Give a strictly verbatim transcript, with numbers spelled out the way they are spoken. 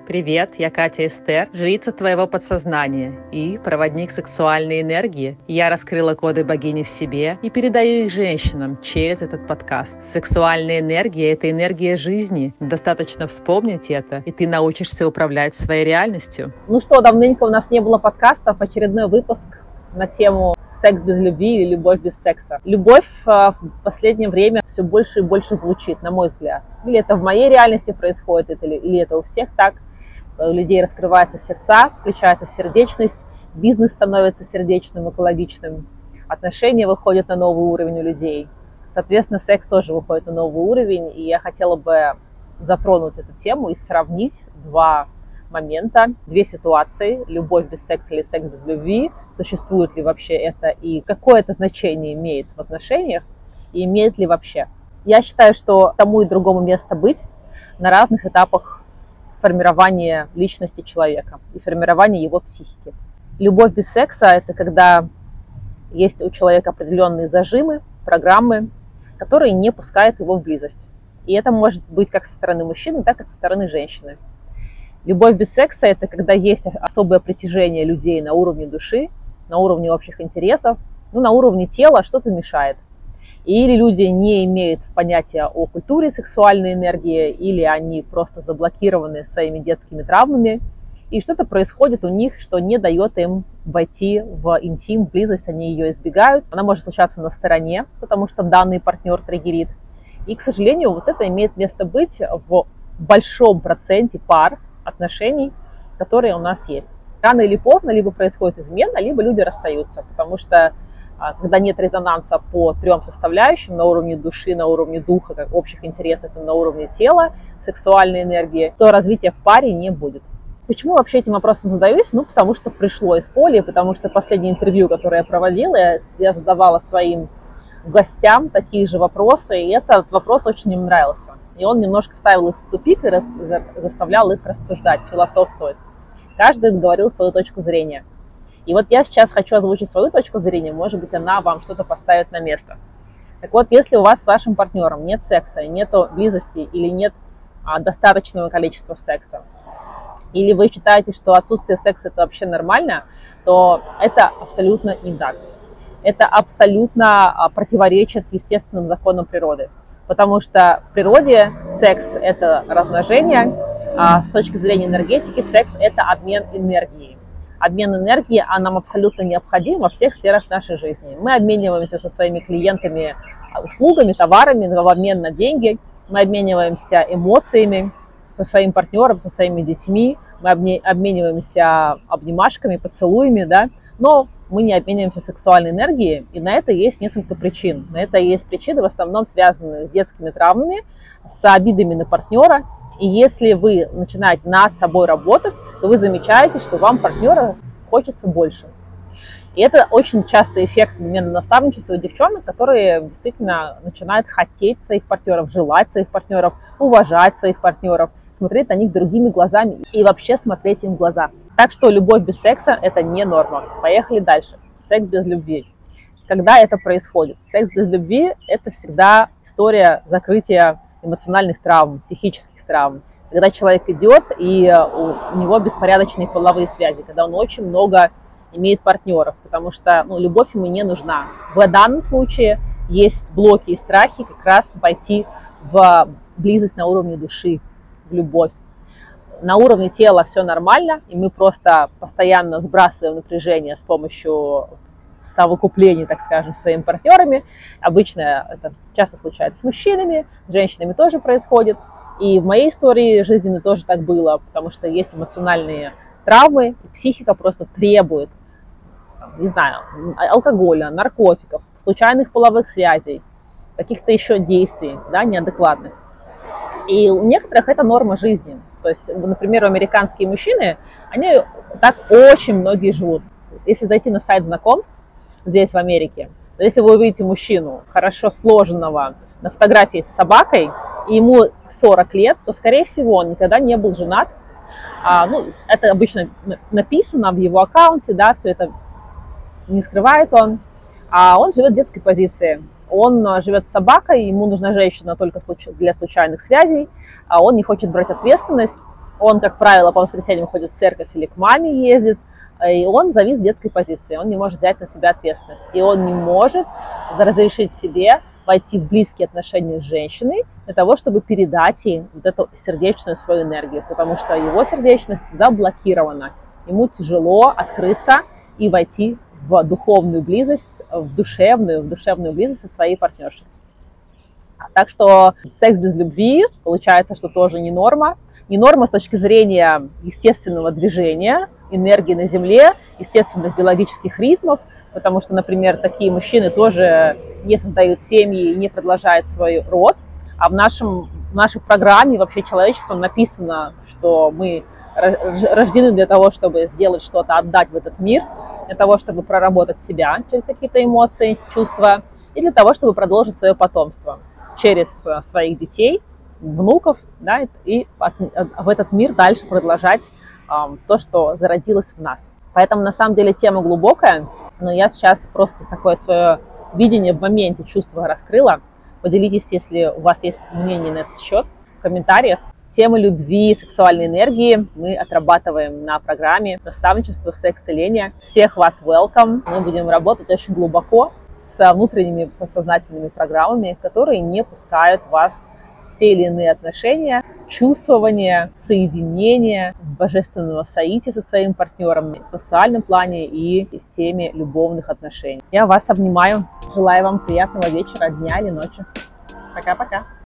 Привет, я Катя Эстер, жрица твоего подсознания и проводник сексуальной энергии. Я раскрыла коды богини в себе и передаю их женщинам через этот подкаст. Сексуальная энергия – это энергия жизни. Достаточно вспомнить это, и ты научишься управлять своей реальностью. Ну что, давненько у нас не было подкастов. Очередной выпуск на тему «Секс без любви» или «Любовь без секса». Любовь в последнее время все больше и больше звучит, на мой взгляд. Или это в моей реальности происходит, или, или это у всех так. У людей раскрываются сердца, включается сердечность, бизнес становится сердечным, экологичным, отношения выходят на новый уровень у людей. Соответственно, секс тоже выходит на новый уровень, и я хотела бы затронуть эту тему и сравнить два момента, две ситуации: любовь без секса или секс без любви, существует ли вообще это и какое это значение имеет в отношениях, и имеет ли вообще. Я считаю, что тому и другому место быть на разных этапах формирования личности человека и формирования его психики. Любовь без секса – это когда есть у человека определенные зажимы, программы, которые не пускают его в близость. И это может быть как со стороны мужчины, так и со стороны женщины. Любовь без секса – это когда есть особое притяжение людей на уровне души, на уровне общих интересов, ну, на уровне тела что-то мешает. Или люди не имеют понятия о культуре сексуальной энергии, или они просто заблокированы своими детскими травмами, и что-то происходит у них, что не дает им войти в интим, в близость, они ее избегают. Она может случаться на стороне, потому что данный партнер триггерит. И, к сожалению, вот это имеет место быть в большом проценте пар, отношений, которые у нас есть. Рано или поздно либо происходит измена, либо люди расстаются, потому что когда нет резонанса по трем составляющим, на уровне души, на уровне духа, как общих интересов, и на уровне тела, сексуальной энергии, то развития в паре не будет. Почему вообще этим вопросом задаюсь? Ну, потому что пришло из поля, потому что последнее интервью, которое я проводила, я задавала своим гостям такие же вопросы, и этот вопрос очень им нравился. И он немножко ставил их в тупик и рас... заставлял их рассуждать, философствовать. Каждый говорил свою точку зрения. И вот я сейчас хочу озвучить свою точку зрения, может быть, она вам что-то поставит на место. Так вот, если у вас с вашим партнером нет секса, нет близости или нет а, достаточного количества секса, или вы считаете, что отсутствие секса это вообще нормально, то это абсолютно не так. Это абсолютно а, противоречит естественным законам природы. Потому что в природе секс это размножение, а с точки зрения энергетики секс это обмен энергией. Обмен энергией, а нам абсолютно необходим во всех сферах нашей жизни. Мы обмениваемся со своими клиентами услугами, товарами в обмен на деньги. Мы обмениваемся эмоциями со своим партнером, со своими детьми. Мы обмениваемся обнимашками, поцелуями, да. Но мы не обмениваемся сексуальной энергией, и на это есть несколько причин. На это есть причины, в основном связанные с детскими травмами, с обидами на партнера. И если вы начинаете над собой работать, то вы замечаете, что вам партнера хочется больше. И это очень частый эффект именно наставничества у девчонок, которые действительно начинают хотеть своих партнеров, желать своих партнеров, уважать своих партнеров, смотреть на них другими глазами и вообще смотреть им в глаза. Так что любовь без секса – это не норма. Поехали дальше. Секс без любви. Когда это происходит? Секс без любви – это всегда история закрытия эмоциональных травм, психических травм. Когда человек идет, и у него беспорядочные половые связи, когда он очень много имеет партнеров, потому что ну, любовь ему не нужна. В данном случае есть блоки и страхи как раз войти в близость на уровне души, в любовь. На уровне тела все нормально, и мы просто постоянно сбрасываем напряжение с помощью совокуплений, так скажем, с своими партнерами. Обычно это часто случается с мужчинами, с женщинами тоже происходит. И в моей истории жизненной тоже так было, потому что есть эмоциональные травмы, и психика просто требует, не знаю, алкоголя, наркотиков, случайных половых связей, каких-то еще действий, да, неадекватных. И у некоторых это норма жизни. То есть, например, американские мужчины, они так очень многие живут. Если зайти на сайт знакомств здесь, в Америке, то если вы увидите мужчину, хорошо сложенного, на фотографии с собакой, и ему сорок лет, то, скорее всего, он никогда не был женат. А, ну, это обычно написано в его аккаунте, да, все это не скрывает он. А он живет в детской позиции. Он живет с собакой, ему нужна женщина только для случайных связей, а он не хочет брать ответственность. Он, как правило, по воскресеньям ходит в церковь или к маме ездит, и он завис в детской позиции, он не может взять на себя ответственность, и он не может разрешить себе войти в близкие отношения с женщиной для того, чтобы передать ей вот эту сердечную свою энергию, потому что его сердечность заблокирована, ему тяжело открыться и войти в духовную близость, в душевную, в душевную близость со своей партнершей. Так что секс без любви получается, что тоже не норма. Не норма с точки зрения естественного движения, энергии на Земле, естественных биологических ритмов, потому что, например, такие мужчины тоже не создают семьи и не продолжают свой род. А в, нашем, в нашей программе вообще человечеством написано, что мы рождены для того, чтобы сделать что-то, отдать в этот мир, для того, чтобы проработать себя через какие-то эмоции, чувства, и для того, чтобы продолжить свое потомство через своих детей, внуков, да, и в этот мир дальше продолжать э, то, что зародилось в нас. Поэтому, на самом деле, тема глубокая, но я сейчас просто такое свое видение в моменте, чувство раскрыла. Поделитесь, если у вас есть мнение на этот счет, в комментариях. Темы любви, сексуальной энергии мы отрабатываем на программе наставничество «Секс и Ления». Всех вас welcome. Мы будем работать очень глубоко с внутренними подсознательными программами, которые не пускают вас в те или иные отношения, чувствование, соединение, божественного соития со своим партнером в сексуальном плане и в теме любовных отношений. Я вас обнимаю. Желаю вам приятного вечера, дня или ночи. Пока-пока.